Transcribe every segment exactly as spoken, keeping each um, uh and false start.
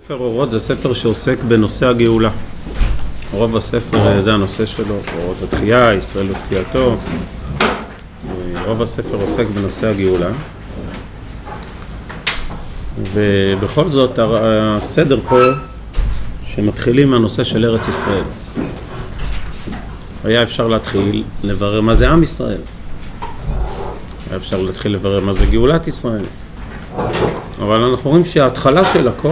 ספר אורות זה ספר שעוסק בנושא הגאולה. רוב הספר זה הנושא שלו, אורות התחייה, ישראל ותחייתו. רוב הספר עוסק בנושא הגאולה. ובכל זאת הסדר פה שמתחילים מהנושא של ארץ ישראל. היה אפשר להתחיל לברר מה זה עם ישראל. היה אפשר להתחיל לברר מה זה גאולת ישראל. אבל אנחנו רואים שההתחלה של הכל,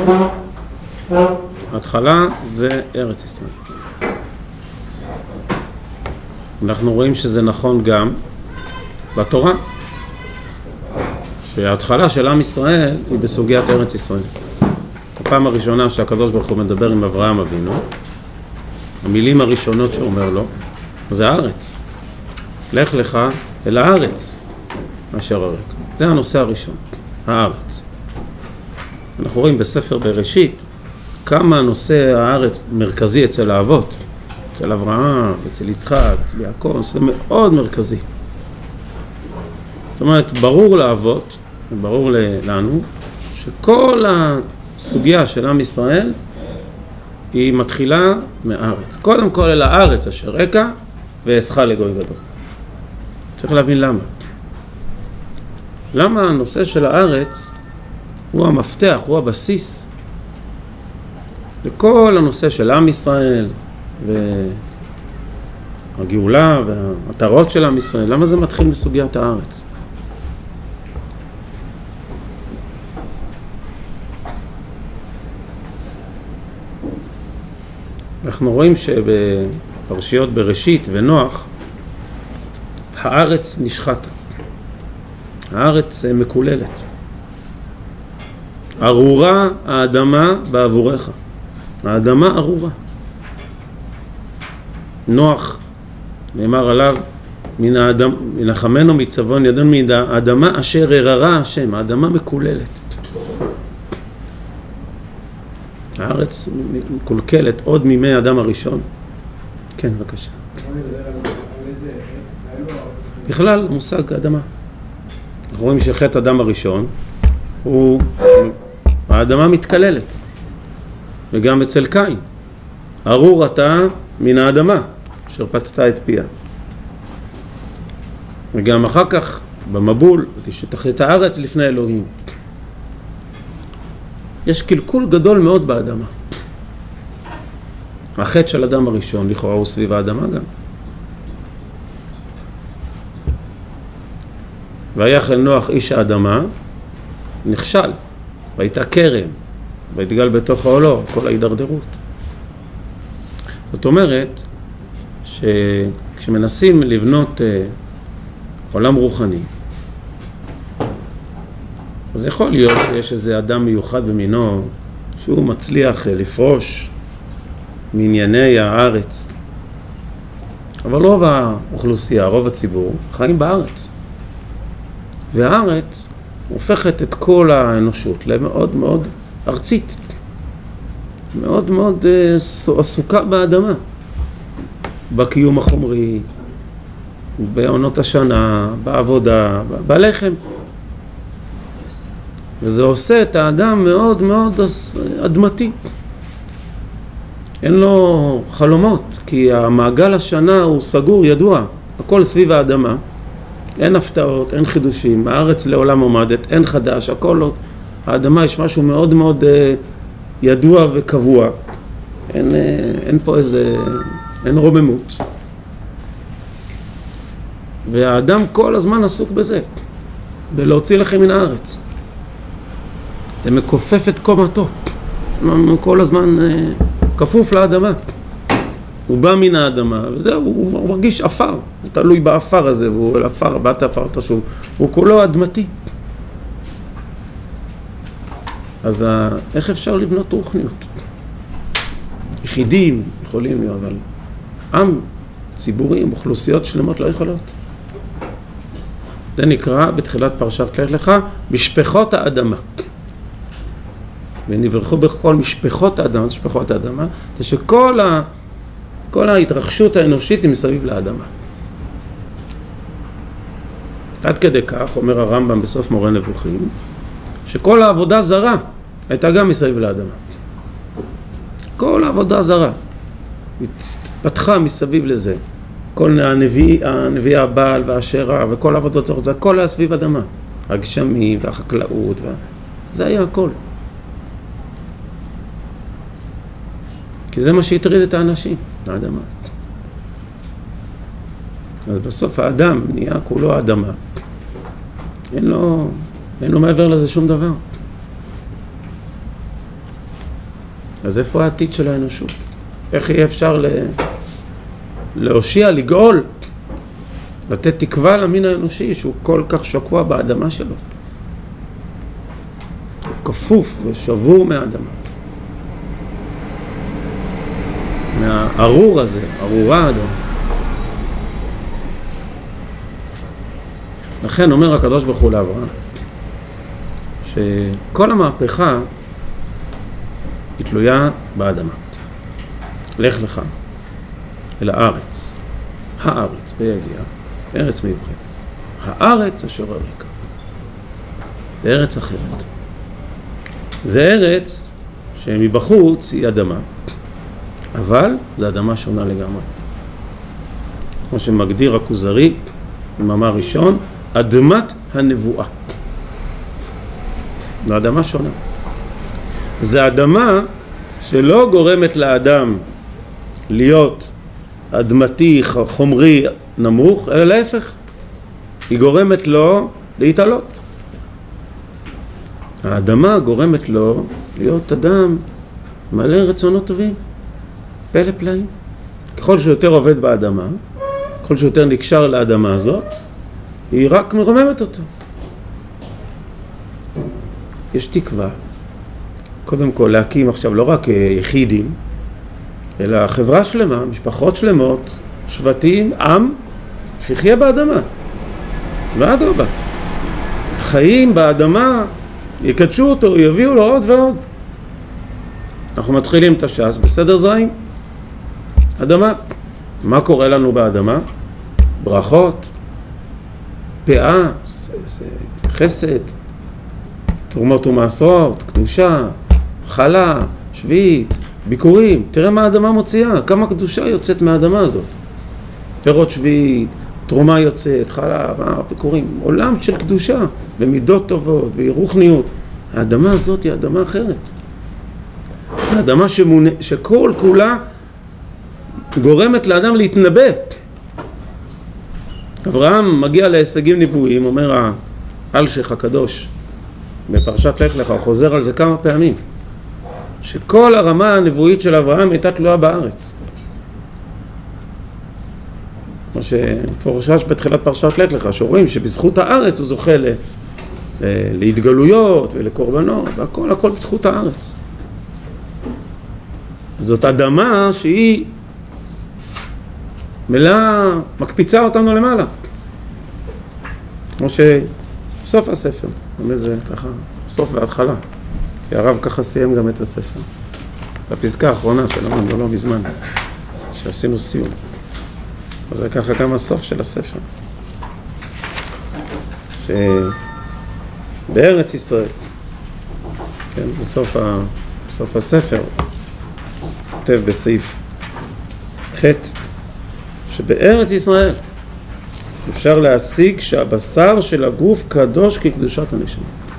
ההתחלה זה ארץ ישראל. אנחנו רואים שזה נכון גם בתורה, שההתחלה של עם ישראל היא בסוגיית ארץ ישראל. הפעם הראשונה שהקדוש ברוך הוא מדבר עם אברהם אבינו, המילים הראשונות שאומר לו, זה הארץ. לך לך אל הארץ אשר הרק. זה הנושא הראשון, הארץ. אנחנו רואים בספר בראשית כמה נושא הארץ מרכזי אצל האבות, אצל אברהם, אצל יצחק, אצל יעקב, זה מאוד מרכזי. זאת אומרת, ברור לאבות, ברור לנו, שכל הסוגיה של עם ישראל היא מתחילה מארץ. קודם כל אל הארץ אשר רקע ואעשך לגוי גדול. צריך להבין למה. למה הנושא של הארץ הוא המפתח, הוא הבסיס לכל הנושא של עם ישראל והגאולה והמטרות של עם ישראל. למה זה מתחיל בסוגיית הארץ? אנחנו רואים שבפרשיות בראשית ונוח הארץ נשחטה, הארץ מקוללת, ארורה האדמה בעבורך, האדמה ארורה. נוח נאמר עליו, מן האדם, מנחמנו מצבון ידון מן האדמה אשר הררה השם, האדמה מקוללת. הארץ מקולקלת עוד מימי האדם הראשון. כן, בבקשה. בכלל, מושג האדמה. אנחנו רואים שחטא אדם הראשון, הוא, האדמה מתקללת. וגם אצל קין. ארור אתה מן האדמה, אשר פצת את פיה. וגם אחר כך, במבול, שתחת הארץ לפני אלוהים. יש קלקול גדול מאוד באדמה. החטא של אדם הראשון, לכאורה הוא סביב האדמה גם. ויחל נוח איש האדמה, נכשל, והייתה כרם, והתגל בתוך העולו, כל ההידרדרות. זאת אומרת, שכשמנסים לבנות אה, עולם רוחני, אז יכול להיות שיש איזה אדם מיוחד במינו, שהוא מצליח אה, לפרוש מענייני הארץ. אבל רוב האוכלוסייה, רוב הציבור, חיים בארץ. והארץ הופכת את כל האנושות למאוד מאוד ארצית. מאוד מאוד uh, עסוקה באדמה. בקיום החומרי, בעונות השנה, בעבודה, ב- בלחם. וזה עושה את האדם מאוד מאוד אדמתי. אין לו חלומות, כי המעגל השנה הוא סגור, ידוע. הכל סביב האדמה. אין הפתעות, אין חידושים, הארץ לעולם עומדת, אין חדש, הכל לא. האדמה יש משהו מאוד מאוד uh, ידוע וקבוע. אין, uh, אין פה איזה, אין רוממות. והאדם כל הזמן עסוק בזה, בלהוציא לכם מן הארץ. זה מכופף את קומתו. כל הזמן uh, כפוף לאדמה. הוא בא מן האדמה, וזהו, הוא, הוא מרגיש אפר, הוא תלוי באפר הזה, והוא אפר, באת אפר תשוב, הוא כולו אדמתי. אז ה, איך אפשר לבנות רוחניות? יחידים יכולים להיות, אבל עם, ציבורים, אוכלוסיות שלמות לא יכולות. זה נקרא בתחילת פרשת לך לך, משפחות האדמה. ונברכו בכל משפחות האדמה, משפחות האדמה, זה שכל ה... כל ההתרחשות האנושית היא מסביב לאדמה. עד כדי כך, אומר הרמב"ם בסוף מורה נבוכים, שכל העבודה זרה הייתה גם מסביב לאדמה. כל העבודה זרה התפתחה מסביב לזה. כל הנביא, הנביא הבעל והשרה וכל העבודות זרות, זה הכל היה סביב אדמה. הגשמים והחקלאות, וה... זה היה הכל. כי זה מה שהטריד את האנשים, האדמה. אז בסוף האדם נהיה כולו האדמה. אין לו, אין לו מעבר לזה שום דבר. אז איפה העתיד של האנושות? איך יהיה אפשר ל... להושיע, לגאול, לתת תקווה למין האנושי שהוא כל כך שקוע באדמה שלו. הוא כפוף ושבור מהאדמה. מהארור הזה, ארורה האדמה. לכן אומר הקדוש ברוך הוא לאברהם, שכל המהפכה היא תלויה באדמה. לך לך אל הארץ, הארץ בידיעה, ארץ מיוחדת. הארץ אשר הריקה. זה ארץ אחרת. זה ארץ שמבחוץ היא אדמה, אבל זו אדמה שונה לגמרי. כמו שמגדיר הכוזרי, במאמר ראשון, אדמת הנבואה. זו אדמה שונה. זו אדמה שלא גורמת לאדם להיות אדמתי, חומרי, נמוך, אלא להפך. היא גורמת לו להתעלות. האדמה גורמת לו להיות אדם מלא רצונות טובים, פלא פלאים. ככל שיותר עובד באדמה, ככל שיותר נקשר לאדמה הזאת, היא רק מרוממת אותו. יש תקווה. קודם כל להקים עכשיו לא רק יחידים, אלא חברה שלמה, משפחות שלמות, שבטים, עם, שיחיה באדמה. ואדרבה. חיים באדמה, יקדשו אותו, יביאו לו עוד ועוד. אנחנו מתחילים את הש"ס בסדר זרעים. אדמה. מה קורה לנו באדמה? ברכות, פאה, חסד, תרומות ומעשרות, קדושה, חלה, שביעית, ביקורים. תראה מה האדמה מוציאה, כמה קדושה יוצאת מהאדמה הזאת. פירות שביעית, תרומה יוצאת, חלה, ביקורים. עולם של קדושה, במידות טובות, ברוחניות. האדמה הזאת היא אדמה אחרת. זו אדמה שמונה, שכל כולה גורמת לאדם להתנבא. אברהם מגיע להישגים נבואיים, אומר האלשיך הקדוש בפרשת לך לך, הוא חוזר על זה כמה פעמים, שכל הרמה הנבואית של אברהם הייתה תלויה בארץ. כמו שפורשש בתחילת פרשת לך לך, שרואים שבזכות הארץ הוא זוכה ל... להתגלויות ולקורבנות, והכל, הכל בזכות הארץ. זאת אדמה שהיא מלאה, מקפיצה אותנו למעלה. כמו שסוף הספר, באמת זה ככה, סוף והתחלה. כי הרב ככה סיים גם את הספר. בפסקה האחרונה שלנו, לא מזמן, שעשינו סיום. אז זה ככה גם הסוף של הספר. שבארץ ישראל, כן, בסוף, ה... בסוף הספר, כותב בסעיף ח' שבארץ ישראל אפשר להשיג שהבשר של הגוף קדוש כקדושת הנשמה.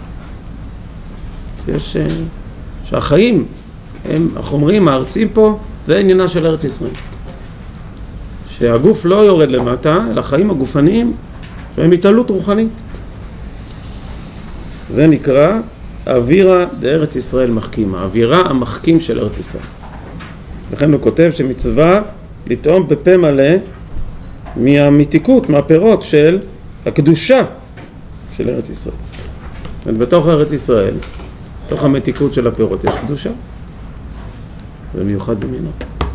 יש שהחיים הם החומרים הארציים פה, זה עניינה של ארץ ישראל. שהגוף לא יורד למטה, אלא החיים הגופניים והם התעלות רוחנית. זה נקרא אווירה דארץ ישראל מחכימה, האווירה המחכים של ארץ ישראל. לכן הוא כותב שמצווה לטעום בפה מלא מהמתיקות, מהפירות של הקדושה של ארץ ישראל. ובתוך ארץ ישראל, בתוך המתיקות של הפירות, יש קדושה. זה מיוחד במינו.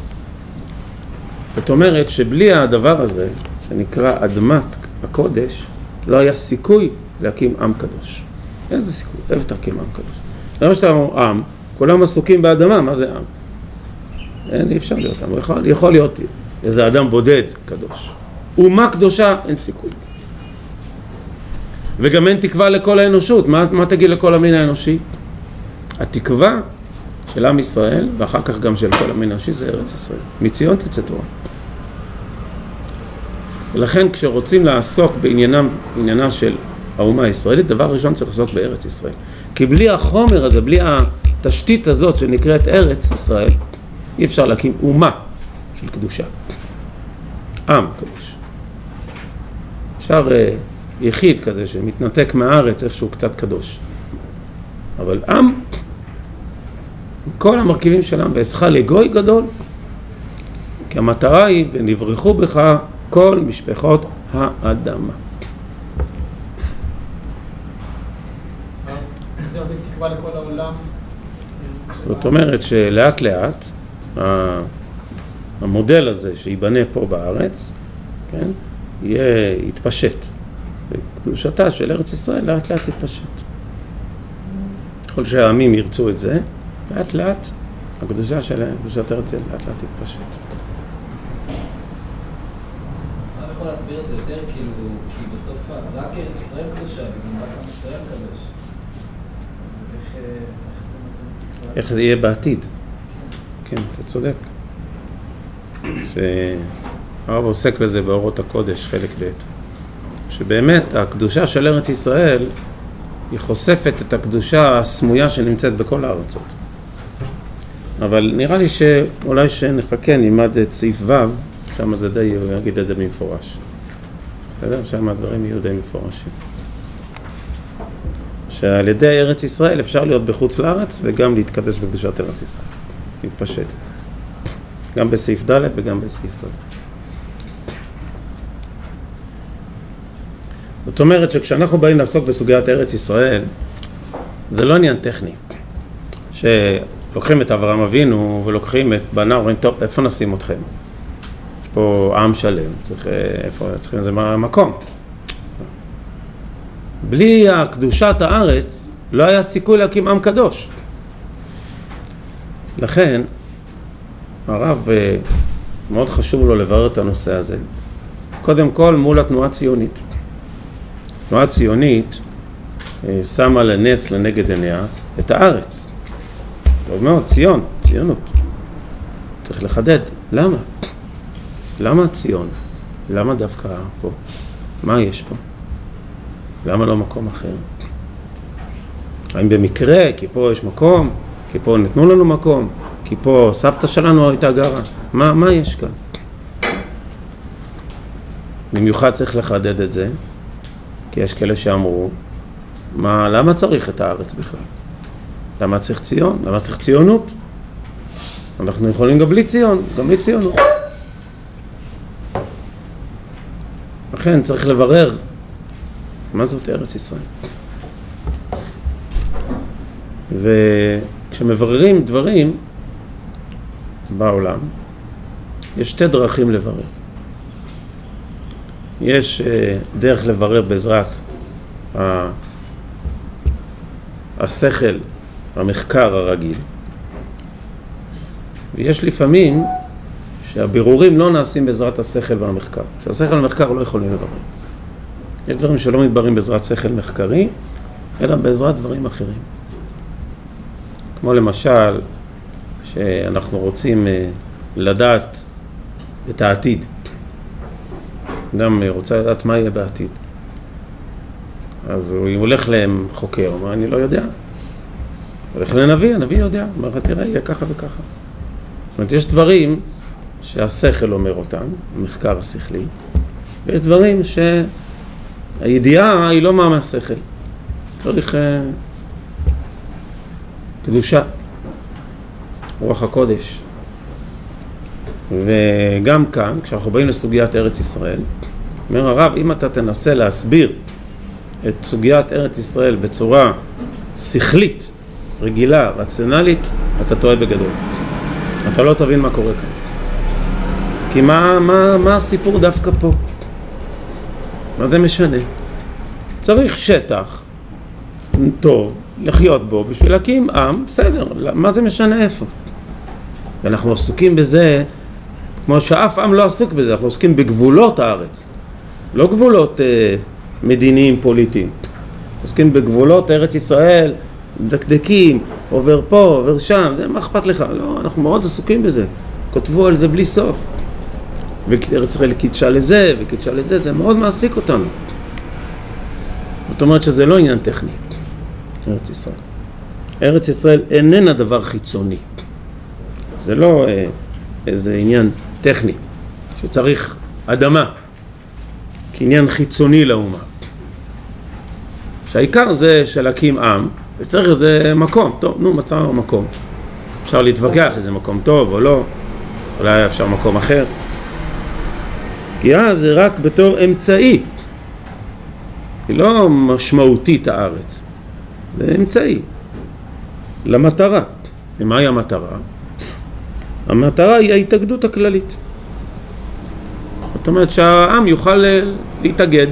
זאת אומרת שבלי הדבר הזה, שנקרא אדמת הקודש, לא היה סיכוי להקים עם קדוש. איזה סיכוי? איפה תקים עם קדוש? למה שאתה אומר עם, כולם עסוקים באדמה, מה זה עם? אין, אי אפשר להיות עם. יכול, יכול להיות איזה אדם בודד קדוש. אומה קדושה, אין סיכוי. וגם אין תקווה לכל האנושות. מה, מה תגיד לכל המין האנושי? התקווה של עם ישראל, ואחר כך גם של כל המין האנושי, זה ארץ ישראל. מציון תצא תורה. ולכן כשרוצים לעסוק בעניינם, בעניינה של האומה הישראלית, דבר ראשון צריך לעסוק בארץ ישראל. כי בלי החומר הזה, בלי התשתית הזאת שנקראת ארץ ישראל, אי אפשר להקים אומה של קדושה. עם קדוש. אפשר uh, יחיד כזה שמתנתק מהארץ איכשהו קצת קדוש. אבל עם, כל המרכיבים של עם, ועשך לגוי גדול, כי המטרה היא, ונברחו בך כל משפחות האדמה. זה עוד תקווה לכל העולם. זאת אומרת שלאט לאט, המודל הזה שיבנה פה בארץ, כן, יהיה, יתפשט. וקדושתה של ארץ ישראל לאט לאט יתפשט. ככל שהעמים ירצו את זה, לאט לאט הקדושה של קדושת ארץ ישראל לאט לאט יתפשט. אני יכול להסביר את זה יותר, כאילו, כי בסוף רק ארץ ישראל קדושה וגם רק עם ישראל קדוש. איך זה יהיה בעתיד? כן, אתה צודק. שהרב עוסק בזה באורות הקודש, חלק ב', שבאמת הקדושה של ארץ ישראל היא חושפת את הקדושה הסמויה שנמצאת בכל הארצות. אבל נראה לי שאולי שנחכה, נלמד את סעיף ו', שם זה די, הוא יגיד את זה במפורש. בסדר? שם הדברים יהיו די מפורשים. שעל ידי ארץ ישראל אפשר להיות בחוץ לארץ וגם להתקדש בקדושת ארץ ישראל. להתפשט. גם בסעיף ד' וגם בסעיף ו'. זאת אומרת שכשאנחנו באים לעסוק בסוגיית ארץ ישראל, זה לא עניין טכני. שלוקחים את אברהם אבינו ולוקחים את בנה, אומרים, טוב, איפה נשים אתכם? יש פה עם שלם, צריך, איפה, צריכים איזה מקום. בלי הקדושת הארץ לא היה סיכוי להקים עם קדוש. לכן, הרב מאוד חשוב לו לברר את הנושא הזה. קודם כל מול התנועה הציונית. התנועה הציונית שמה לנס לנגד עיניה את הארץ. טוב מאוד, ציון, ציונות. צריך לחדד. למה? למה ציון? למה דווקא פה? מה יש פה? למה לא מקום אחר? האם במקרה, כי פה יש מקום, כי פה נתנו לנו מקום, כי פה סבתא שלנו הייתה גרה? מה, מה יש כאן? במיוחד צריך לחדד את זה, כי יש כאלה שאמרו, מה, למה צריך את הארץ בכלל? למה צריך ציון? למה צריך ציונות? אנחנו יכולים גם בלי ציון, גם בלי ציונות. לכן צריך לברר מה זאת ארץ ישראל. וכשמבררים דברים בעולם, יש שתי דרכים לברר. יש דרך לברר בעזרת השכל, המחקר הרגיל. ויש לפעמים שהבירורים לא נעשים בעזרת השכל והמחקר. שהשכל והמחקר לא יכולים לברר. יש דברים שלא מתבררים בעזרת שכל מחקרי, אלא בעזרת דברים אחרים. כמו למשל, שאנחנו רוצים לדעת את העתיד. אדם רוצה לדעת מה יהיה בעתיד. אז הוא הולך להם חוקר, הוא אומר, אני לא יודע. הולך לנביא, הנביא יודע. הוא אומר, תראה, יהיה ככה וככה. זאת אומרת, יש דברים שהשכל אומר אותם, המחקר השכלי, ויש דברים שהידיעה היא לא מה מהשכל. צריך קדושה, רוח הקודש. וגם כאן, כשאנחנו באים לסוגיית ארץ ישראל, אומר הרב, אם אתה תנסה להסביר את סוגיית ארץ ישראל בצורה שכלית, רגילה, רציונלית, אתה טועה בגדול. אתה לא תבין מה קורה כאן. כי מה, מה, מה הסיפור דווקא פה? מה זה משנה? צריך שטח טוב לחיות בו בשביל להקים עם, בסדר, מה זה משנה איפה? ואנחנו עסוקים בזה, כמו שאף עם לא עסוק בזה, אנחנו עוסקים בגבולות הארץ, לא גבולות אה, מדיניים פוליטיים, עוסקים בגבולות ארץ ישראל, דקדקים, עובר פה, עובר שם, זה מה אכפת לך? לא, אנחנו מאוד עסוקים בזה. כותבו על זה בלי סוף. וארץ ישראל קידשה לזה, וקידשה לזה, זה מאוד מעסיק אותנו. זאת אומרת שזה לא עניין טכני, ארץ ישראל. ארץ ישראל איננה דבר חיצוני. זה לא אה, איזה עניין טכני, שצריך אדמה, כעניין חיצוני לאומה. שהעיקר זה של להקים עם, וצריך איזה מקום. טוב, נו, מצאנו מקום. אפשר להתווכח איזה מקום טוב או לא, אולי אפשר מקום אחר. כי אז זה רק בתור אמצעי. היא לא משמעותית הארץ. זה אמצעי. למטרה. ומהי המטרה? המטרה היא ההתאגדות הכללית. זאת אומרת שהעם יוכל להתאגד.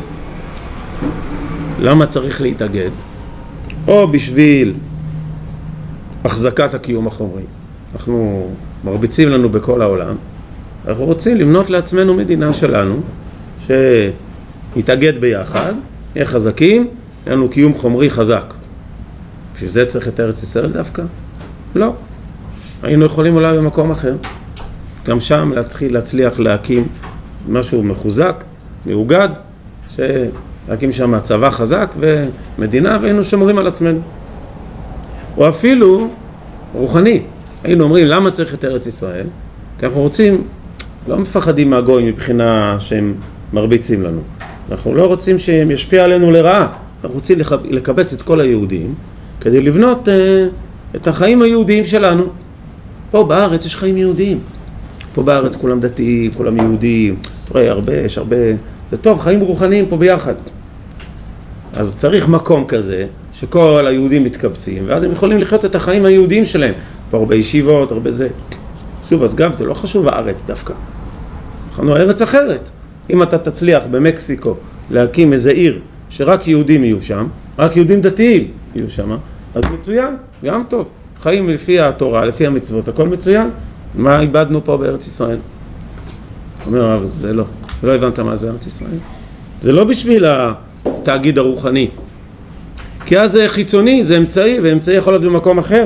למה צריך להתאגד? או בשביל החזקת הקיום החומרי. אנחנו מרביצים לנו בכל העולם. אנחנו רוצים לבנות לעצמנו מדינה שלנו, שנתאגד ביחד, נהיה חזקים, יהיה לנו קיום חומרי חזק. בשביל זה צריך את ארץ ישראל דווקא? לא. היינו יכולים אולי במקום אחר. גם שם להתחיל להצליח להקים משהו מחוזק, מאוגד, להקים שם צבא חזק ומדינה, והיינו שומרים על עצמנו. או אפילו רוחני. היינו אומרים, למה צריך את ארץ ישראל? כי אנחנו רוצים, לא מפחדים מהגויים מבחינה שהם מרביצים לנו. אנחנו לא רוצים שהם ישפיע עלינו לרעה. אנחנו רוצים לקבץ את כל היהודים כדי לבנות uh, את החיים היהודיים שלנו. פה בארץ יש חיים יהודיים. פה בארץ כולם דתיים, כולם יהודים. תראה, הרבה, יש הרבה... זה טוב, חיים רוחניים פה ביחד. אז צריך מקום כזה שכל היהודים מתקבצים, ואז הם יכולים לחיות את החיים היהודיים שלהם. פה הרבה ישיבות, הרבה זה. שוב, אז גם זה לא חשוב הארץ דווקא. אנחנו ארץ אחרת. אם אתה תצליח במקסיקו להקים איזה עיר שרק יהודים יהיו שם, רק יהודים דתיים יהיו שם, אז מצוין, גם טוב. חיים לפי התורה, לפי המצוות, הכל מצוין. מה איבדנו פה בארץ ישראל? אומר הרב, זה לא. לא הבנת מה זה ארץ ישראל. זה לא בשביל התאגיד הרוחני. כי אז זה חיצוני, זה אמצעי, ואמצעי יכול להיות במקום אחר.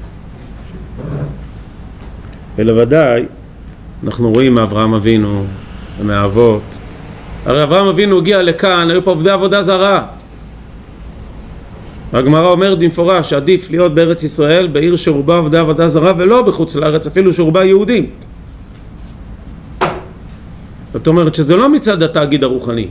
ולוודאי, אנחנו רואים מאברהם אבינו ומאבות. הרי אברהם אבינו הגיע לכאן, היו פה עובדי עבודה זרה. הגמרא אומרת במפורש שעדיף להיות בארץ ישראל, בעיר שרובה עובדי עבודה זרה, ולא בחוץ לארץ, אפילו שרובה יהודים. זאת אומרת שזה לא מצד התאגיד הרוחני.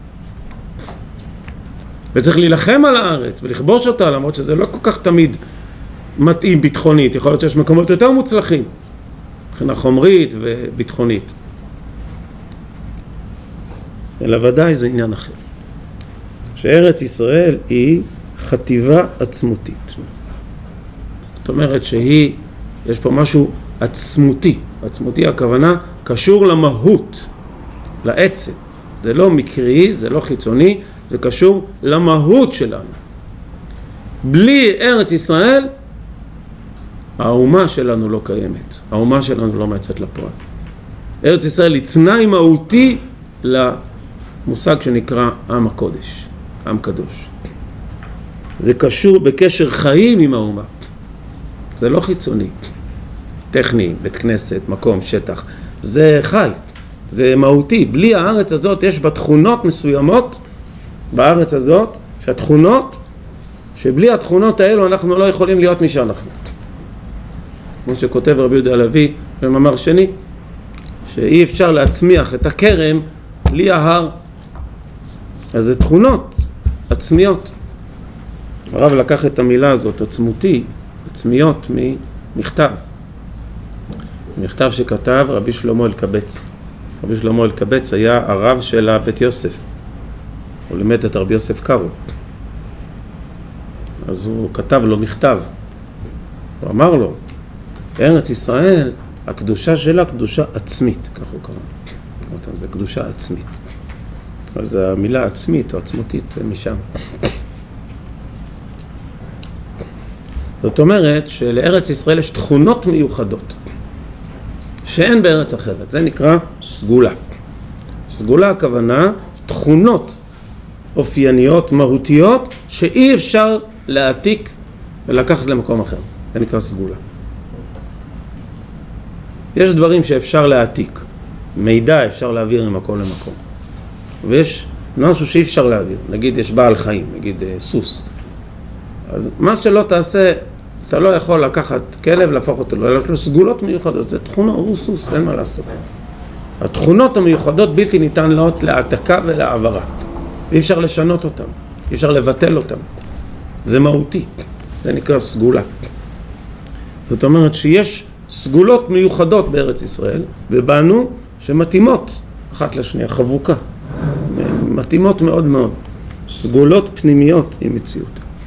וצריך להילחם על הארץ ולכבוש אותה, למרות שזה לא כל כך תמיד מתאים ביטחונית. יכול להיות שיש מקומות יותר מוצלחים, מבחינה חומרית וביטחונית. אלא ודאי זה עניין אחר. שארץ ישראל היא חטיבה עצמותית. זאת אומרת שהיא, יש פה משהו עצמותי. עצמותי הכוונה קשור למהות, לעצם. זה לא מקרי, זה לא חיצוני, זה קשור למהות שלנו. בלי ארץ ישראל, האומה שלנו לא קיימת. האומה שלנו לא מצאת לפועל. ארץ ישראל היא תנאי מהותי למושג שנקרא עם הקודש, עם קדוש. זה קשור בקשר חיים עם האומה. זה לא חיצוני, טכני, בית כנסת, מקום, שטח. זה חי, זה מהותי. בלי הארץ הזאת יש בה תכונות מסוימות, בארץ הזאת, שהתכונות, שבלי התכונות האלו אנחנו לא יכולים להיות מי שאנחנו. כמו שכותב רבי יהודה הלוי במאמר שני, שאי אפשר להצמיח את הכרם בלי ההר. אז זה תכונות עצמיות. הרב לקח את המילה הזאת, עצמותי, עצמיות, ממכתב. מכתב שכתב רבי שלמה אלקבץ. רבי שלמה אלקבץ היה הרב של בית יוסף. הוא לימד את רבי יוסף קארו. אז הוא כתב לו מכתב. הוא אמר לו, ארץ ישראל, הקדושה שלה קדושה עצמית, כך הוא קרא. זה קדושה עצמית. אז המילה עצמית או עצמותית משם. זאת אומרת שלארץ ישראל יש תכונות מיוחדות שאין בארץ אחרת. זה נקרא סגולה. סגולה הכוונה תכונות אופייניות, מהותיות, שאי אפשר להעתיק ולקחת למקום אחר. זה נקרא סגולה. יש דברים שאפשר להעתיק, מידע אפשר להעביר ממקום למקום, ויש משהו שאי אפשר להעביר, נגיד יש בעל חיים, נגיד סוס, אז מה שלא תעשה, אתה לא יכול לקחת כלב, להפוך אותו, לא, יש לו סגולות מיוחדות, זה תכונות, הוא סוס, אין מה לעשות. התכונות המיוחדות בלתי ניתן להיות להעתקה ולהעברה, אי אפשר לשנות אותם, אי אפשר לבטל אותם, זה מהותי, זה נקרא סגולה. זאת אומרת שיש סגולות מיוחדות בארץ ישראל, ובנו שמתאימות אחת לשנייה, חבוקה, מתאימות מאוד מאוד, סגולות פנימיות עם מציאות.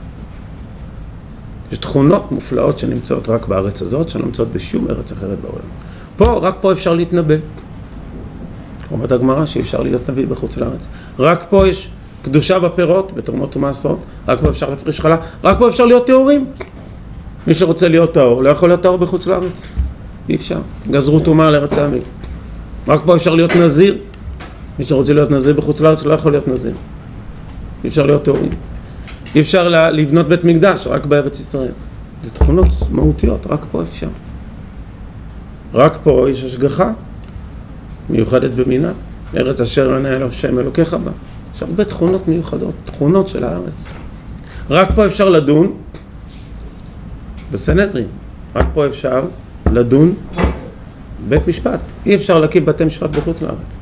יש תכונות מופלאות שנמצאות רק בארץ הזאת, שלא נמצאות בשום ארץ אחרת בעולם. פה, רק פה אפשר להתנבא. אומרת הגמרא שאי אפשר להיות נביא בחוץ לארץ. רק פה יש קדושה בפירות, בתרומות ומעשרות, רק פה אפשר להפריש חלה, רק פה אפשר להיות טהורים. מי שרוצה להיות טהור, לא יכול להיות טהור בחוץ לארץ. אי אפשר. גזרו טומאה לארץ העמים. רק פה אפשר להיות נזיר. מי שרוצה להיות נזיר בחוץ לארץ לא יכול להיות נזיר. אי אפשר להיות טהורים. אי אפשר לבנות בית מקדש רק בארץ ישראל. זה תכונות מהותיות, רק פה אפשר. רק פה יש השגחה מיוחדת במינה. ארץ אשר ענה אלוהים שם אלוקיך בה. יש הרבה תכונות מיוחדות, תכונות של הארץ. רק פה אפשר לדון בסנהדרין. רק פה אפשר לדון בית משפט. אי אפשר להקים בתי משפט בחוץ לארץ.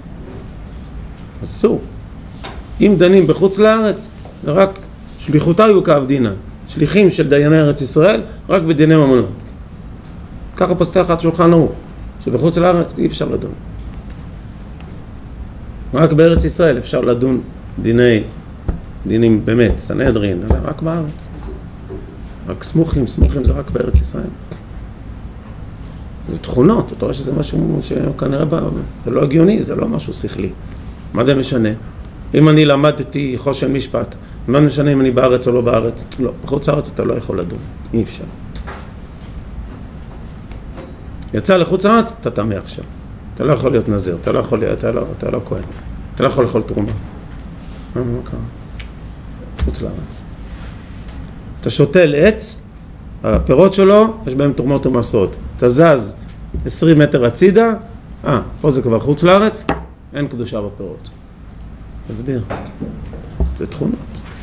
אסור. אם דנים בחוץ לארץ, זה רק שליחותה יהיו כעבדינן. שליחים של דייני ארץ ישראל, רק בדיני ממונות. ככה פוסח עד שולחן ערוך, שבחוץ לארץ אי אפשר לדון. רק בארץ ישראל אפשר לדון דיני, דינים באמת, סנהדרין, רק בארץ. רק סמוכים, סמוכים זה רק בארץ ישראל. זה תכונות, אתה רואה שזה משהו שכנראה בא, זה לא הגיוני, זה לא משהו שכלי. מה זה משנה? אם אני למדתי חושן משפט, מה משנה אם אני בארץ או לא בארץ? לא, בחוץ לארץ אתה לא יכול לדון, אי אפשר. יצא לחוץ לארץ, אתה תמה עכשיו. אתה לא יכול להיות נזיר, אתה לא יכול להיות, אתה לא, אתה לא כהן. אתה לא יכול לאכול תרומה. מה, מה קרה? חוץ לארץ. אתה שותל עץ, הפירות שלו, יש בהם תרומות ומעשרות. אתה זז עשרים מטר הצידה, אה, פה זה כבר חוץ לארץ, אין קדושה בפירות. תסביר. זה תכונות.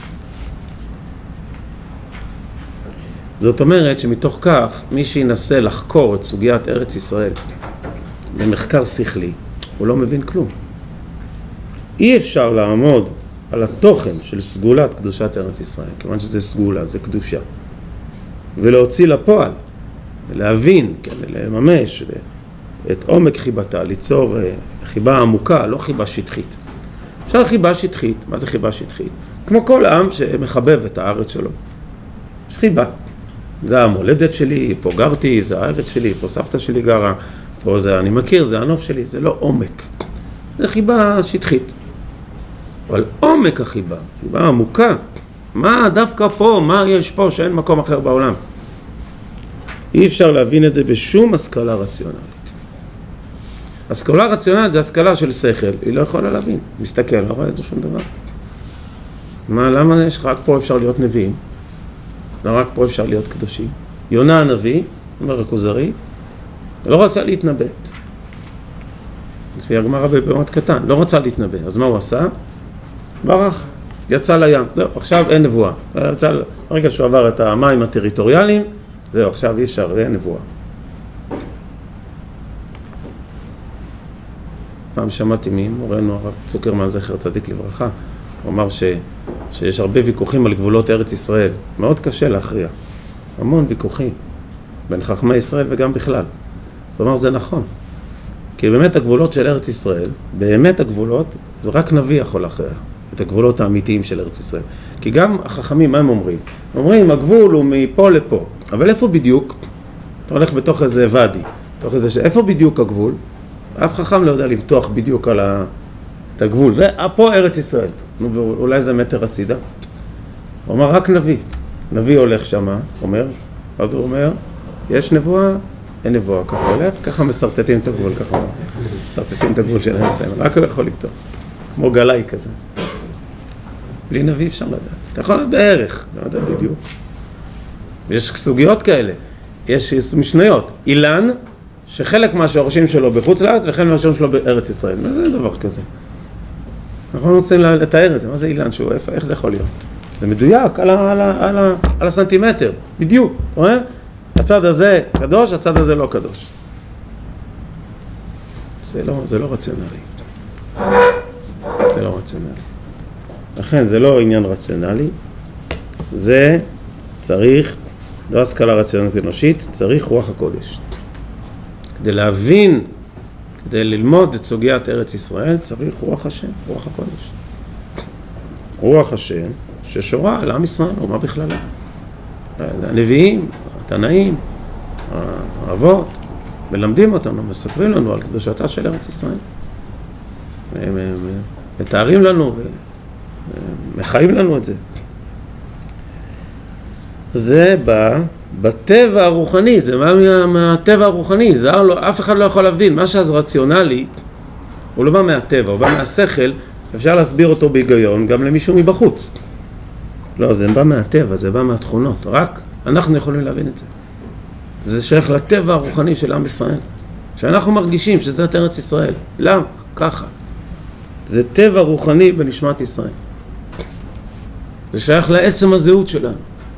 זאת אומרת שמתוך כך, מי שינסה לחקור את סוגיית ארץ ישראל במחקר שכלי, הוא לא מבין כלום. אי אפשר לעמוד על התוכן של סגולת קדושת ארץ ישראל, כיוון שזה סגולה, זה קדושה. ולהוציא לפועל, ולהבין, כן, לממש את עומק חיבתה, ליצור חיבה עמוקה, לא חיבה שטחית. אפשר חיבה שטחית, מה זה חיבה שטחית? כמו כל עם שמחבב את הארץ שלו. יש חיבה. זה המולדת שלי, פה גרתי, זה הארץ שלי, פה סבתא שלי גרה, פה זה אני מכיר, זה הנוף שלי, זה לא עומק. זה חיבה שטחית. אבל עומק החיבה, חיבה עמוקה, מה דווקא פה, מה יש פה שאין מקום אחר בעולם? אי אפשר להבין את זה בשום השכלה רציונלית. השכלה רציונלית זה השכלה של שכל, היא לא יכולה להבין. מסתכל, לא רואה את זה שום דבר. מה, למה יש רק פה אפשר להיות נביאים? לא רק פה אפשר להיות קדושים. יונה הנביא, אומר הכוזרי, לא רצה להתנבא. לפי הגמרא בבמות קטן, לא רצה להתנבא. אז מה הוא עשה? ברח, יצא לים. לא, עכשיו אין נבואה. יצא, ברגע שהוא עבר את המים הטריטוריאליים, זהו, עכשיו אי אפשר, זה אין נבואה. פעם שמעתי ממורנו הרב צוקרמן זכר צדיק לברכה, הוא אמר ש, שיש הרבה ויכוחים על גבולות ארץ ישראל. מאוד קשה להכריע. המון ויכוחים. בין חכמי ישראל וגם בכלל. זאת אומרת, זה נכון. כי באמת הגבולות של ארץ ישראל, באמת הגבולות, זה רק נביא יכול להכריע. את הגבולות האמיתיים של ארץ ישראל. כי גם החכמים, מה הם אומרים? הם אומרים, הגבול הוא מפה לפה. אבל איפה בדיוק? אתה הולך בתוך איזה ואדי. בתוך איזה ש... איפה בדיוק הגבול? אף חכם לא יודע לבטוח בדיוק על ה... את הגבול. זה פה ארץ ישראל. אולי זה מטר הצידה. הוא אומר, רק נביא. נביא הולך שמה, אומר, אז הוא אומר, יש נבואה, אין נבואה. ככה הולך, ככה מסרטטים את הגבול, ככה מסרטטים את הגבול של ארץ ישראל. רק הוא יכול לבטוח. כמו גלאי כזה. בלי נביא אפשר לדעת. אתה יכול לדעת בערך, לא יודע בדיוק. יש סוגיות כאלה, יש משניות. אילן, שחלק מהשורשים שלו בחוץ לארץ וחלק מהשורשים שלו בארץ ישראל. מה זה דבר כזה? אנחנו רוצים לתאר את זה. מה זה אילן שהוא? איך זה יכול להיות? זה מדויק על, ה, על, ה, על, ה, על הסנטימטר, בדיוק. אתה רואה? הצד הזה קדוש, הצד הזה לא קדוש. זה לא, זה לא רציונלי. זה לא רציונלי. לכן זה לא עניין רציונלי. זה צריך, לא השכלה רציונלית אנושית, צריך רוח הקודש. כדי להבין, כדי ללמוד את סוגיית ארץ ישראל, צריך רוח השם, רוח הקודש. רוח השם ששורה על עם ישראל, ומה בכללה. הנביאים, התנאים, האבות, מלמדים אותנו, מספרים לנו על קדושתה של ארץ ישראל. הם מתארים לנו ומחיים לנו את זה. זה בא בטבע הרוחני, זה בא מהטבע הרוחני, זה לא, אף אחד לא יכול להבין. מה שאז רציונלי, הוא לא בא מהטבע, הוא בא מהשכל, אפשר להסביר אותו בהיגיון גם למישהו מבחוץ. לא, זה בא מהטבע, זה בא מהתכונות, רק אנחנו יכולים להבין את זה. זה שייך לטבע הרוחני של עם ישראל, שאנחנו מרגישים שזה את ארץ ישראל. למה? ככה. זה טבע רוחני בנשמת ישראל. זה שייך לעצם הזהות שלנו.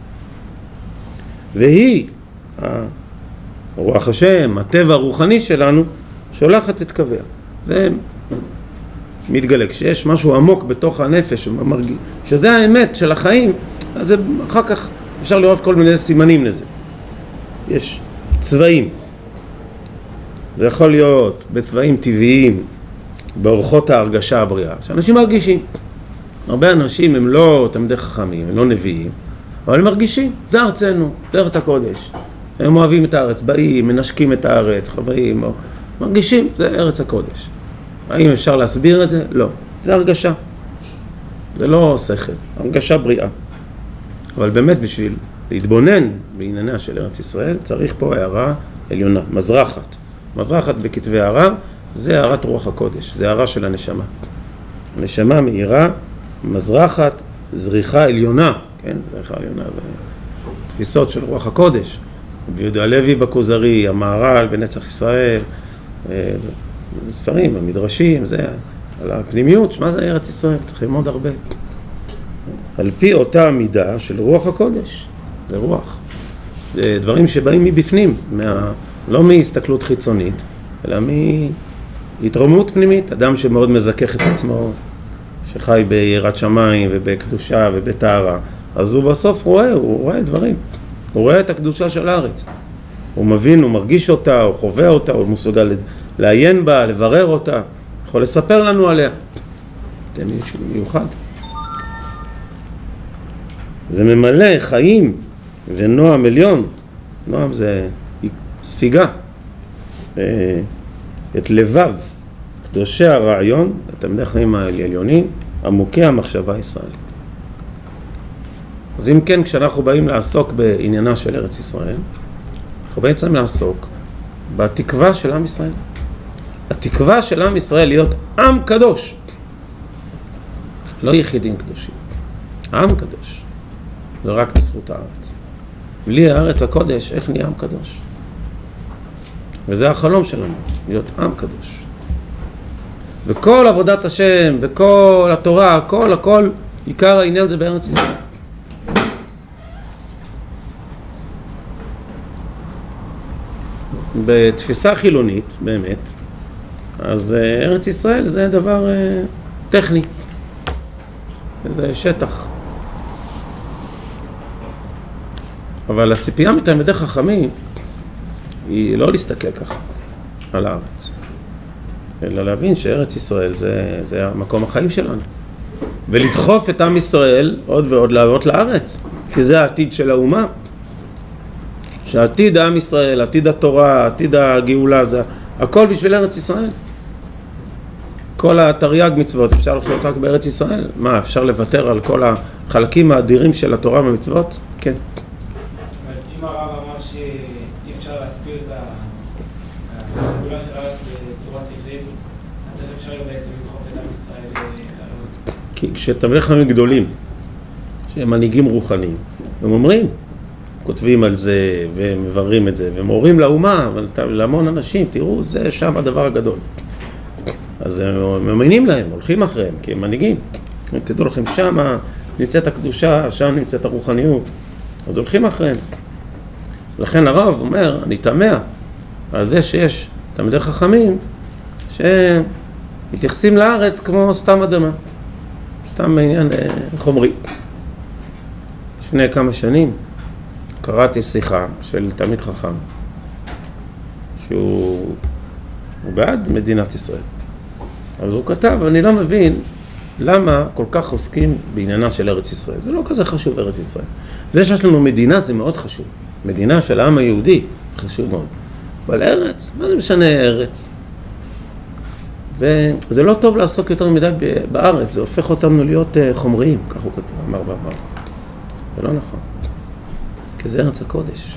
והיא, רוח השם, הטבע הרוחני שלנו, שולחת את קוויה. זה מתגלה. כשיש משהו עמוק בתוך הנפש, שזה האמת של החיים, אז זה, אחר כך אפשר לראות כל מיני סימנים לזה. יש צבעים. זה יכול להיות בצבעים טבעיים, באורחות ההרגשה הבריאה, שאנשים מרגישים. הרבה אנשים הם לא תלמידי חכמים, הם לא נביאים, אבל הם מרגישים, זה ארצנו, זה ארץ הקודש. הם אוהבים את הארץ, באים, מנשקים את הארץ, חברים, או... מרגישים, זה ארץ הקודש. האם אפשר להסביר את זה? לא. זה הרגשה. זה לא שכל, הרגשה בריאה. אבל באמת בשביל להתבונן בענייניה של ארץ ישראל, צריך פה הערה עליונה, מזרחת. מזרחת בכתבי הערה, זה הערת רוח הקודש, זה הערה של הנשמה. הנשמה מהירה, מזרחת, זריחה עליונה, כן, זריחה עליונה, תפיסות של רוח הקודש. ויהודה הלוי בכוזרי, המהר"ל בנצח ישראל, ספרים, המדרשים, זה, על הפנימיות, מה זה ארץ ישראל? צריך ללמוד הרבה. על פי אותה המידה של רוח הקודש, זה רוח. זה דברים שבאים מבפנים, מה, לא מהסתכלות חיצונית, אלא מהתרוממות פנימית. אדם שמאוד מזכך את עצמו, שחי ביראת שמיים ובקדושה ובטהרה, אז הוא בסוף רואה, הוא רואה דברים. הוא רואה את הקדושה של הארץ. הוא מבין, הוא מרגיש אותה, הוא חווה אותה, הוא מסוגל לעיין בה, לברר אותה. יכול לספר לנו עליה. זה מיוחד. זה ממלא חיים ונועם עליון. נועם זה ספיגה. את לבב, קדושי הרעיון, תלמידי החיים העליונים, עמוקי המחשבה הישראלית. אז אם כן, כשאנחנו באים לעסוק בעניינה של ארץ ישראל, אנחנו בעצם לעסוק בתקווה של עם ישראל. התקווה של עם ישראל להיות עם קדוש. לא יחידים קדושים. עם קדוש. זה רק בזכות הארץ. בלי הארץ הקודש, איך נהיה עם קדוש? וזה החלום שלנו, להיות עם קדוש. וכל עבודת השם, וכל התורה, הכל, הכל, עיקר העניין זה בארץ ישראל. בתפיסה חילונית, באמת, אז ארץ ישראל זה דבר טכני. זה שטח. אבל הציפייה מתלמידי חכמים היא לא להסתכל ככה על הארץ, אלא להבין שארץ ישראל זה, זה המקום החיים שלנו. ולדחוף את עם ישראל עוד ועוד לעלות לארץ, כי זה העתיד של האומה. שעתיד העם ישראל, עתיד התורה, עתיד הגאולה, זה הכל בשביל ארץ ישראל. כל התרי"ג מצוות אפשר לחיות רק בארץ ישראל. מה, אפשר לוותר על כל החלקים האדירים של התורה ומצוות? כן. אם הרב אמר שאי אפשר להסביר את הגאולה של הארץ בצורה שכלית, אז איך אפשר בעצם לדחוף את עם ישראל? כי כשתלמידי חכמים גדולים, שהם מנהיגים רוחניים, הם אומרים, כותבים על זה ומבררים את זה ומורים לאומה, להמון אנשים, תראו, זה שם הדבר הגדול. אז הם מאמינים להם, הולכים אחריהם, כי הם מנהיגים. תדעו לכם, שם נמצאת הקדושה, שם נמצאת הרוחניות. אז הולכים אחריהם. לכן הרב אומר, אני תמה על זה שיש תלמידי חכמים שמתייחסים לארץ כמו סתם אדמה. סתם בעניין חומרי. לפני כמה שנים קראתי שיחה של תלמיד חכם שהוא בעד מדינת ישראל. אז הוא כתב, אני לא מבין למה כל כך עוסקים בעניינה של ארץ ישראל. זה לא כזה חשוב ארץ ישראל. זה שיש לנו מדינה זה מאוד חשוב. מדינה של העם היהודי חשוב מאוד. אבל ארץ, מה זה משנה ארץ? זה, זה לא טוב לעסוק יותר מדי בארץ, זה הופך אותנו להיות חומריים, כך הוא כתב, אמר ואמר. זה לא נכון. כי זה ארץ הקודש.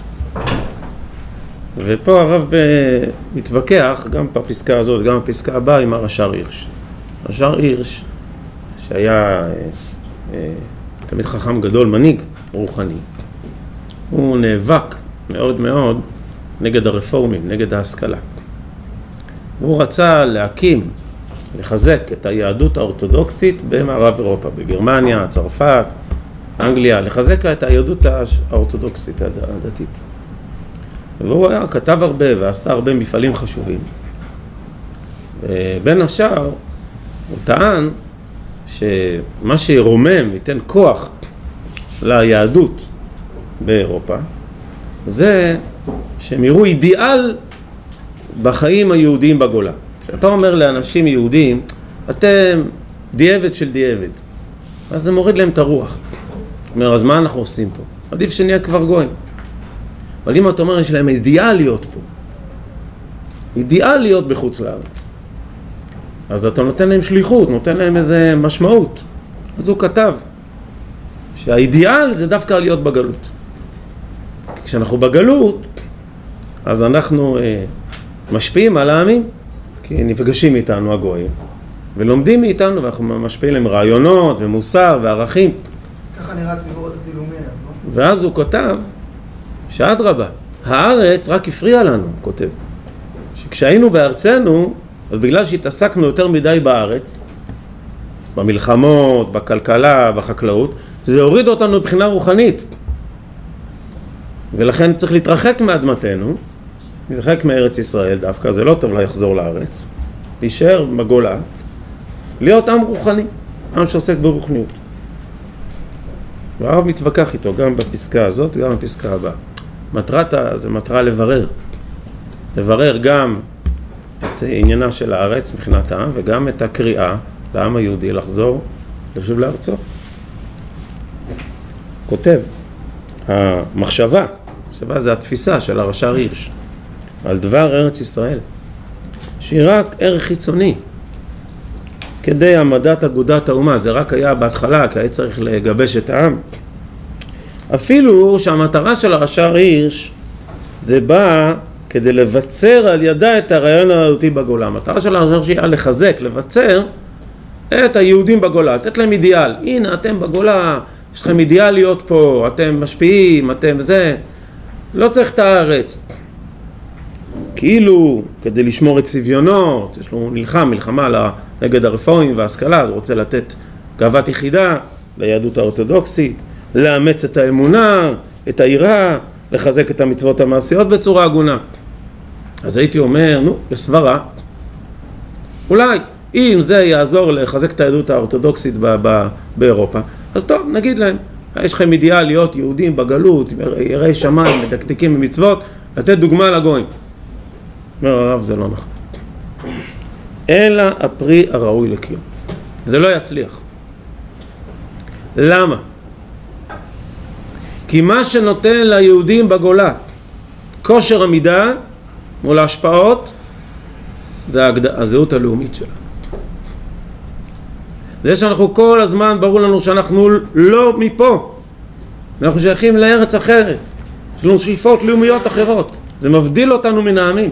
ופה הרב מתווכח גם בפסקה הזאת, גם בפסקה הבאה עם הרש"ר הירש. הרש"ר הירש, שהיה תלמיד חכם גדול, מנהיג רוחני, הוא נאבק מאוד מאוד נגד הרפורמים, נגד ההשכלה. הוא רצה להקים, לחזק את היהדות האורתודוקסית במערב אירופה, בגרמניה, צרפת, אנגליה, לחזק את היהדות האורתודוקסית הדתית. והוא היה, כתב הרבה ועשה הרבה מפעלים חשובים. בין השאר, הוא טען שמה שירומם, ייתן כוח ליהדות באירופה, זה שהם יראו אידיאל בחיים היהודיים בגולה. כשאתה אומר לאנשים יהודים, אתם דיעבד של דיעבד, אז זה מוריד להם את הרוח. אומר, אז מה אנחנו עושים פה? עדיף שנהיה כבר גויים. אבל אם אתה אומר, יש להם אידיאל להיות פה, אידיאל להיות בחוץ לארץ, אז אתה נותן להם שליחות, נותן להם איזה משמעות. אז הוא כתב שהאידיאל זה דווקא להיות בגלות. כשאנחנו בגלות, אז אנחנו אה, משפיעים על העמים, כי נפגשים איתנו הגויים, ולומדים מאיתנו, ואנחנו משפיעים להם רעיונות ומוסר וערכים. ככה נראה ציבור הדתי-לאומי, לא? ואז הוא כותב שאדרבה, הארץ רק הפריע לנו, כותב. שכשהיינו בארצנו, אז בגלל שהתעסקנו יותר מדי בארץ, במלחמות, בכלכלה, בחקלאות, זה הוריד אותנו מבחינה רוחנית. ולכן צריך להתרחק מאדמתנו, להתרחק מארץ ישראל דווקא, זה לא טוב לחזור לארץ, להישאר בגולה, להיות עם רוחני, עם שעוסק ברוחניות. והרב מתווכח איתו גם בפסקה הזאת, גם בפסקה הבאה. מטרת זה מטרה לברר. לברר גם את עניינה של הארץ מבחינת העם, וגם את הקריאה לעם היהודי לחזור, לשוב לארצו. כותב, המחשבה, המחשבה זה התפיסה של הרש"ר הירש, על דבר ארץ ישראל, שהיא רק ערך חיצוני, כדי העמדת אגודת האומה. זה רק היה בהתחלה, כי היה צריך לגבש את העם. אפילו שהמטרה של הרש"ר הירש, זה בא כדי לבצר על ידה את הרעיון היהודי בגולה. המטרה של הרש"ר הירש היה לחזק, לבצר את היהודים בגולה, לתת להם אידיאל. הנה, אתם בגולה, יש לכם אידיאל להיות פה, אתם משפיעים, אתם זה. לא צריך את הארץ. כאילו, כדי לשמור את צביונות, יש לו נלחם, מלחמה נגד הרפורמים וההשכלה, אז הוא רוצה לתת גאוות יחידה ליהדות האורתודוקסית, לאמץ את האמונה, את היראה, לחזק את המצוות המעשיות בצורה הגונה. אז הייתי אומר, נו, יש סברה. אולי, אם זה יעזור לחזק את היהדות האורתודוקסית ב- ב- באירופה, אז טוב, נגיד להם, יש לכם אידיאל להיות יהודים בגלות, יראי שמיים, מדקדקים במצוות, לתת דוגמה לגויים. אומר הרב, זה לא נכון. אלא הפרי הראוי לקיום. זה לא יצליח. למה? כי מה שנותן ליהודים בגולה כושר עמידה מול ההשפעות, זה הזהות הלאומית שלנו. זה שאנחנו כל הזמן, ברור לנו שאנחנו לא מפה. אנחנו שייכים לארץ אחרת. יש לנו שאיפות לאומיות אחרות. זה מבדיל אותנו מן העמים.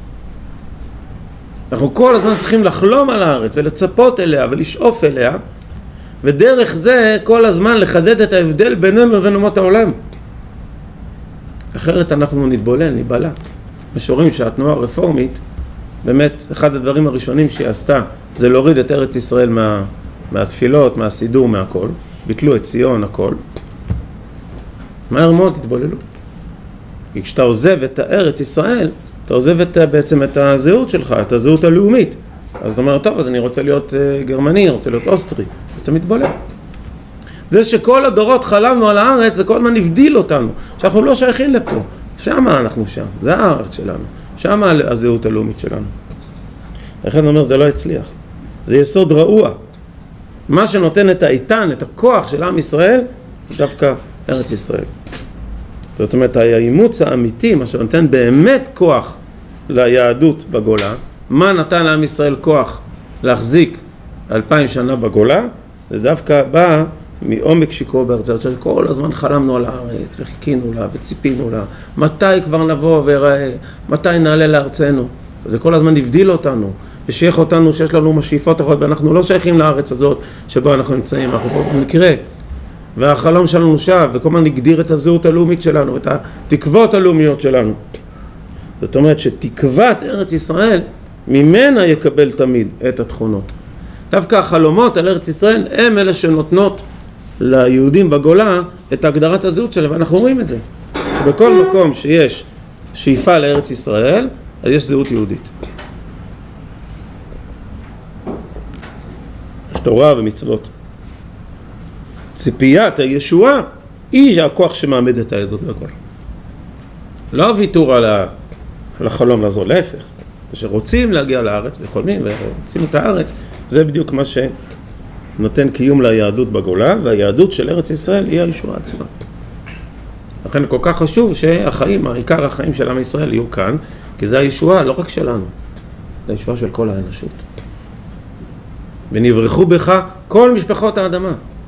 אנחנו כל הזמן צריכים לחלום על הארץ ולצפות אליה ולשאוף אליה, ודרך זה כל הזמן לחדד את ההבדל בינינו לבין אומות העולם. אחרת אנחנו נתבולל, ניבלה. יש רואים שהתנועה הרפורמית, באמת, אחד הדברים הראשונים שהיא עשתה, זה להוריד את ארץ ישראל מה, מהתפילות, מהסידור, מהכל. ביטלו את ציון, הכל. מהר מאוד התבוללו. כי כשאתה עוזב את הארץ ישראל, אתה עוזב את, בעצם את הזהות שלך, את הזהות הלאומית. אז אתה אומר, טוב, אז אני רוצה להיות uh, גרמני, אני רוצה להיות אוסטרי. אז אתה מתבולל. זה שכל הדורות חלמנו על הארץ, זה כל הזמן הבדיל אותנו. שאנחנו לא שייכים לפה. שמה אנחנו שם. זה הארץ שלנו. שמה הזהות הלאומית שלנו. לכן אומר, זה לא הצליח. זה יסוד רעוע. מה שנותן את האיתן, את הכוח של עם ישראל, זה דווקא ארץ ישראל. זאת אומרת, האימוץ האמיתי, מה שנותן באמת כוח ליהדות בגולה, מה נתן לעם ישראל כוח להחזיק אלפיים שנה בגולה, זה דווקא בא מעומק שיקרו בארץ, כל הזמן חלמנו על הארץ, וחיכינו לה, וציפינו לה, מתי כבר נבוא וראה, מתי נעלה לארצנו. זה כל הזמן הבדיל אותנו, ושייך אותנו שיש לנו משאיפות אחרות, ואנחנו לא שייכים לארץ הזאת שבה אנחנו נמצאים, אנחנו פה נקרא. והחלום שלנו שב, וכל הזמן נגדיר את הזהות הלאומית שלנו, את התקוות הלאומיות שלנו. זאת אומרת שתקוות ארץ ישראל, ממנה יקבל תמיד את התכונות. דווקא החלומות על ארץ ישראל, הם אלה שנותנות ליהודים בגולה את הגדרת הזהות שלהם, ואנחנו רואים את זה. שבכל מקום שיש שאיפה לארץ ישראל, אז יש זהות יהודית. יש תורה ומצוות. ציפיית הישועה היא הכוח שמעמד את היהדות בגולה. לא הוויתור על, ה... על החלום לעזור, להפך. כשרוצים להגיע לארץ, וחולמים ורוצים את הארץ, זה בדיוק מה שנותן קיום ליהדות בגולה, והיהדות של ארץ ישראל היא הישועה עצמה. לכן כל כך חשוב שהחיים, העיקר החיים של עם ישראל יהיו כאן, כי זה הישועה לא רק שלנו, זה הישועה של כל האנושות. ונברחו בך כל משפחות האדמה.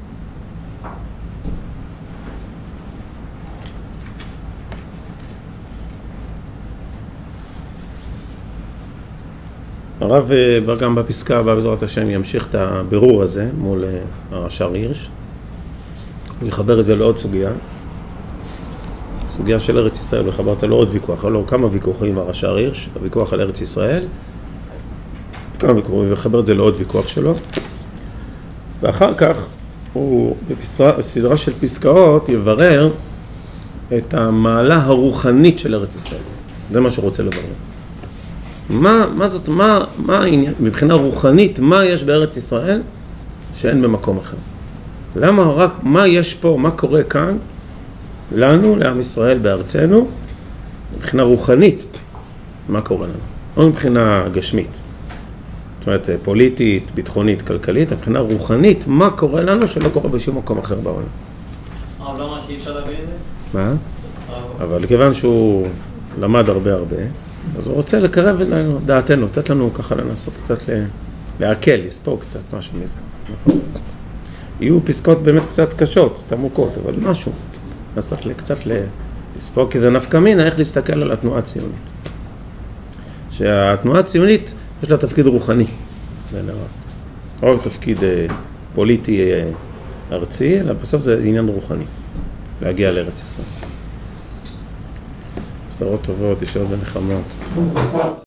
הרב גם בפסקה הבאה בעזרת השם ימשיך את הבירור הזה מול הרש"ר הירש. הוא יחבר את זה לעוד סוגיה. סוגיה של ארץ ישראל, וחברת לו עוד ויכוח, לא כמה ויכוחים עם הרש"ר הירש, הוויכוח על ארץ ישראל. כמה ויכוחים, ויחבר את זה לעוד ויכוח שלו. ואחר כך הוא בסדרה של פסקאות יברר את המעלה הרוחנית של ארץ ישראל. זה מה שהוא רוצה לברר. מה, מה זאת, מה, מה העניין, מבחינה רוחנית, מה יש בארץ ישראל שאין במקום אחר? למה רק, מה יש פה, מה קורה כאן, לנו, לעם ישראל בארצנו, מבחינה רוחנית, מה קורה לנו? לא מבחינה גשמית, זאת אומרת, פוליטית, ביטחונית, כלכלית, מבחינה רוחנית, מה קורה לנו שלא קורה בשום מקום אחר בעולם? אבל לא מה שאי אפשר להביא את זה? מה? אבל כיוון שהוא למד הרבה הרבה, אז הוא רוצה לקרב אלינו דעתנו, לתת לנו ככה לנסות קצת להקל, לספור קצת משהו מזה. יהיו פסקות באמת קצת קשות, קצת עמוקות, אבל משהו. לנסות קצת לספור, כי זה נפקא מינה איך להסתכל על התנועה הציונית. שהתנועה הציונית יש לה תפקיד רוחני. לא רק תפקיד פוליטי ארצי, אלא בסוף זה עניין רוחני, להגיע לארץ ישראל. בשורות טובות, ישועות ונחמות.